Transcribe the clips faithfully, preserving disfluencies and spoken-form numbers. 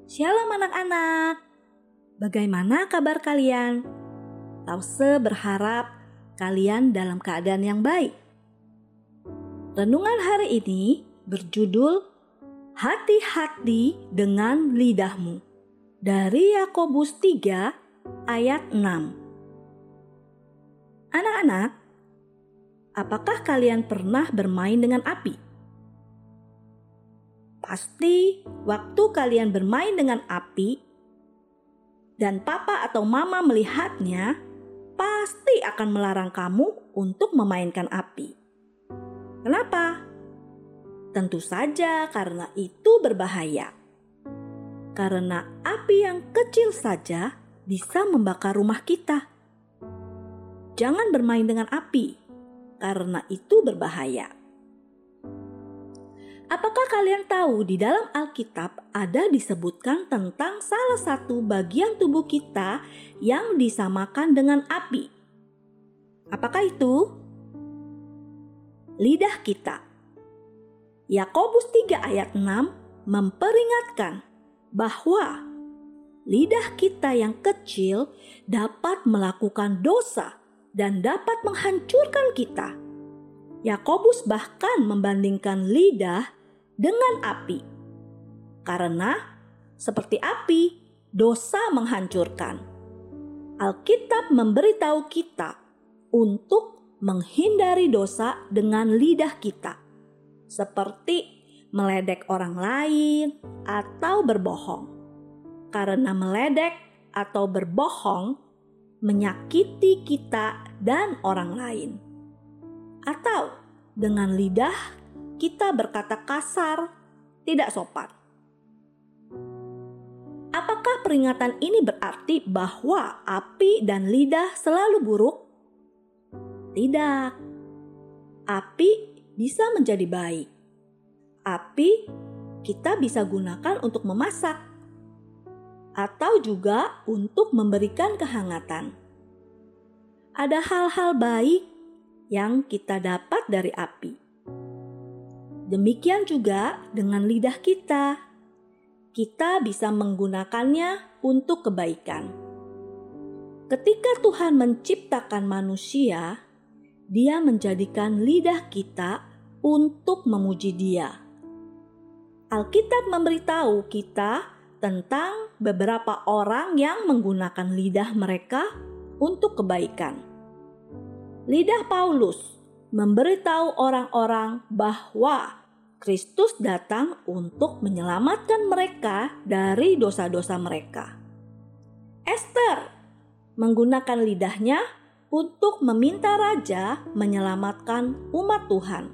Shalom anak-anak, bagaimana kabar kalian? Tause berharap kalian dalam keadaan yang baik. Renungan hari ini berjudul Hati-hati dengan lidahmu, dari Yakobus tiga ayat enam. Anak-anak, apakah kalian pernah bermain dengan api? Pasti waktu kalian bermain dengan api dan papa atau mama melihatnya, pasti akan melarang kamu untuk memainkan api. Kenapa? Tentu saja karena itu berbahaya. Karena api yang kecil saja bisa membakar rumah kita. Jangan bermain dengan api, karena itu berbahaya. Apakah kalian tahu di dalam Alkitab ada disebutkan tentang salah satu bagian tubuh kita yang disamakan dengan api? Apakah itu? Lidah kita. Yakobus tiga ayat enam memperingatkan bahwa lidah kita yang kecil dapat melakukan dosa dan dapat menghancurkan kita. Yakobus bahkan membandingkan lidah dengan api. Karena seperti api, dosa menghancurkan. Alkitab memberitahu kita untuk menghindari dosa dengan lidah kita. Seperti meledek orang lain atau berbohong. Karena meledek atau berbohong menyakiti kita dan orang lain. Atau dengan lidah kita berkata kasar, tidak sopan. Apakah peringatan ini berarti bahwa api dan lidah selalu buruk? Tidak. Api bisa menjadi baik. Api kita bisa gunakan untuk memasak atau juga untuk memberikan kehangatan. Ada hal-hal baik yang kita dapat dari api. Demikian juga dengan lidah kita. Kita bisa menggunakannya untuk kebaikan. Ketika Tuhan menciptakan manusia, Dia menjadikan lidah kita untuk memuji Dia. Alkitab memberitahu kita tentang beberapa orang yang menggunakan lidah mereka untuk kebaikan. Lidah Paulus memberitahu orang-orang bahwa Kristus datang untuk menyelamatkan mereka dari dosa-dosa mereka. Esther menggunakan lidahnya untuk meminta raja menyelamatkan umat Tuhan.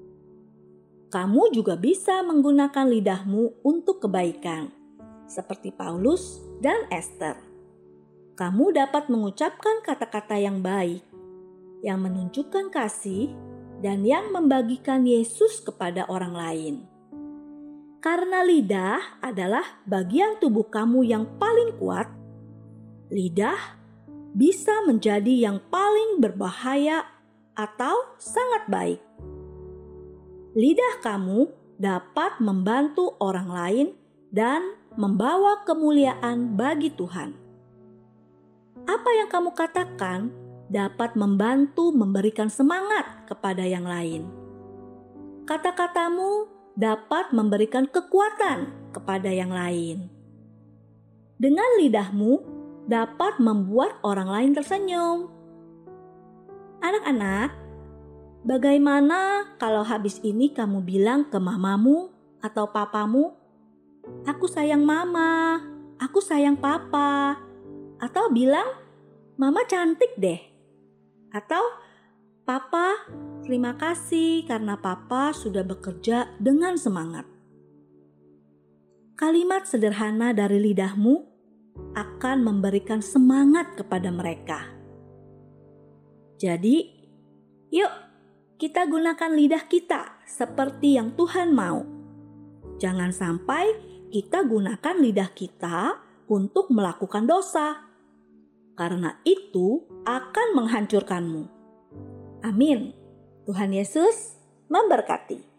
Kamu juga bisa menggunakan lidahmu untuk kebaikan, seperti Paulus dan Esther. Kamu dapat mengucapkan kata-kata yang baik, yang menunjukkan kasih dan yang membagikan Yesus kepada orang lain. Karena lidah adalah bagian tubuh kamu yang paling kuat, lidah bisa menjadi yang paling berbahaya atau sangat baik. Lidah kamu dapat membantu orang lain dan membawa kemuliaan bagi Tuhan. Apa yang kamu katakan dapat membantu memberikan semangat kepada yang lain. Kata-katamu dapat memberikan kekuatan kepada yang lain. Dengan lidahmu dapat membuat orang lain tersenyum. Anak-anak, bagaimana kalau habis ini kamu bilang ke mamamu atau papamu, "Aku sayang mama, aku sayang papa," atau bilang, "Mama cantik deh." Atau, "Papa, terima kasih karena Papa sudah bekerja dengan semangat." Kalimat sederhana dari lidahmu akan memberikan semangat kepada mereka. Jadi, yuk kita gunakan lidah kita seperti yang Tuhan mau. Jangan sampai kita gunakan lidah kita untuk melakukan dosa. Karena itu akan menghancurkanmu. Amin. Tuhan Yesus memberkati.